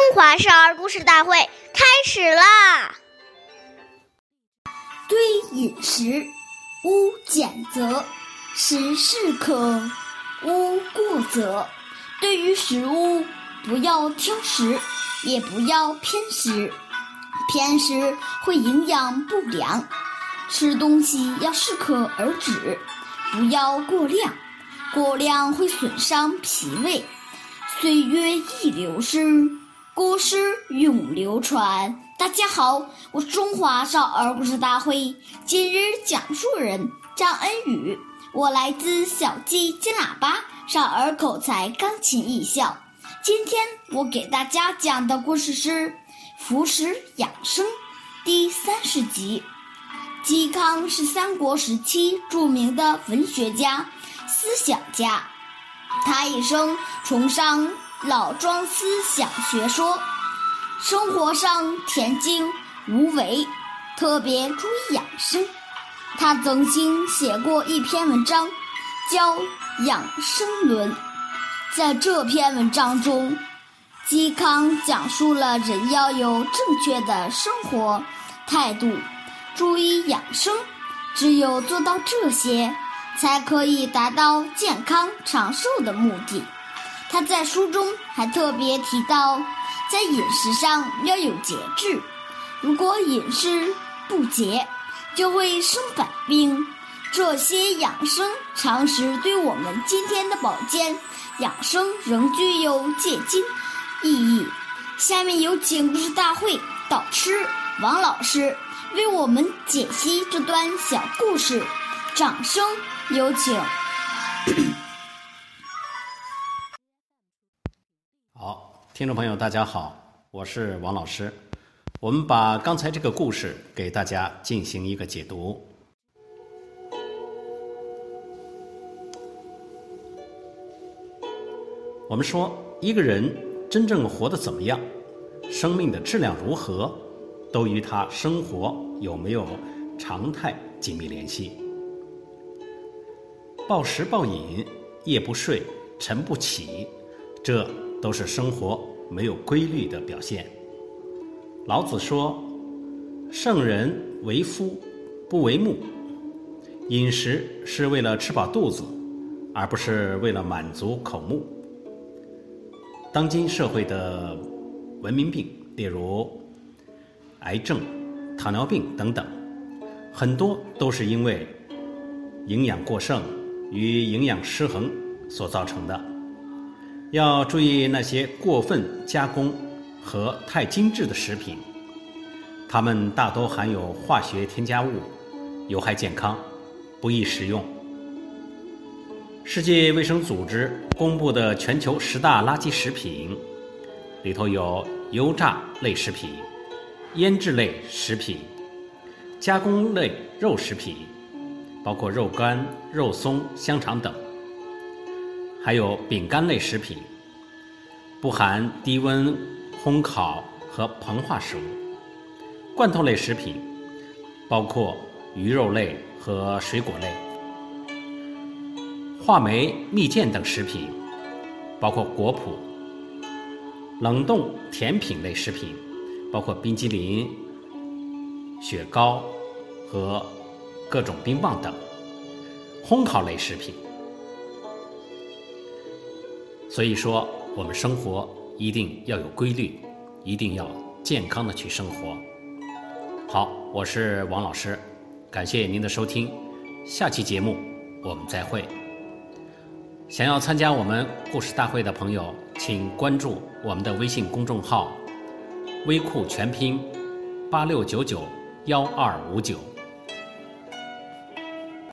华少儿故事大会开始啦！ 对饮食无拣责，时适可无过责。对于食物不要挑食，也不要偏食，偏食会营养不良。吃东西要适可而止，不要过量，过量会损伤脾胃。岁月易流逝，故事永流传。大家好，我是中华少儿故事大会今日讲述人张恩宇，我来自小鸡金喇叭少儿口才钢琴艺校。今天我给大家讲的故事是《服食养生》第30集。嵇康是三国时期著名的文学家、思想家，他一生崇尚老庄思想学说，生活上恬静无为，特别注意养生。他曾经写过一篇文章叫《养生论》，在这篇文章中，嵇康讲述了人要有正确的生活态度，注意养生，只有做到这些，才可以达到健康长寿的目的。他在书中还特别提到，在饮食上要有节制，如果饮食不节，就会生百病。这些养生常识对我们今天的保健养生仍具有借鉴意义。下面有请故事大会导师王老师为我们解析这段小故事，掌声有请。 好，听众朋友大家好，我是王老师。我们把刚才这个故事给大家进行一个解读。我们说一个人真正活得怎么样，生命的质量如何，都与他生活有没有常态紧密联系。暴食暴饮，夜不睡，晨不起，这都是生活没有规律的表现。老子说，圣人为夫不为目，饮食是为了吃饱肚子，而不是为了满足口目。当今社会的文明病，例如癌症、糖尿病等等，很多都是因为营养过剩与营养失衡所造成的。要注意那些过分加工和太精致的食品，它们大多含有化学添加物，有害健康，不宜食用。世界卫生组织公布的全球10大垃圾食品里头有油炸类食品、腌制类食品、加工类肉食品，包括肉干、肉松、香肠等，还有饼干类食品，不含低温烘烤和膨化食物；罐头类食品，包括鱼肉类和水果类；话梅、蜜饯等食品，包括果脯；冷冻甜品类食品，包括冰激凌、雪糕和各种冰棒等；烘烤类食品。所以说，我们生活一定要有规律，一定要健康的去生活。好，我是王老师，感谢您的收听，下期节目我们再会。想要参加我们故事大会的朋友，请关注我们的微信公众号微库全拼86991259。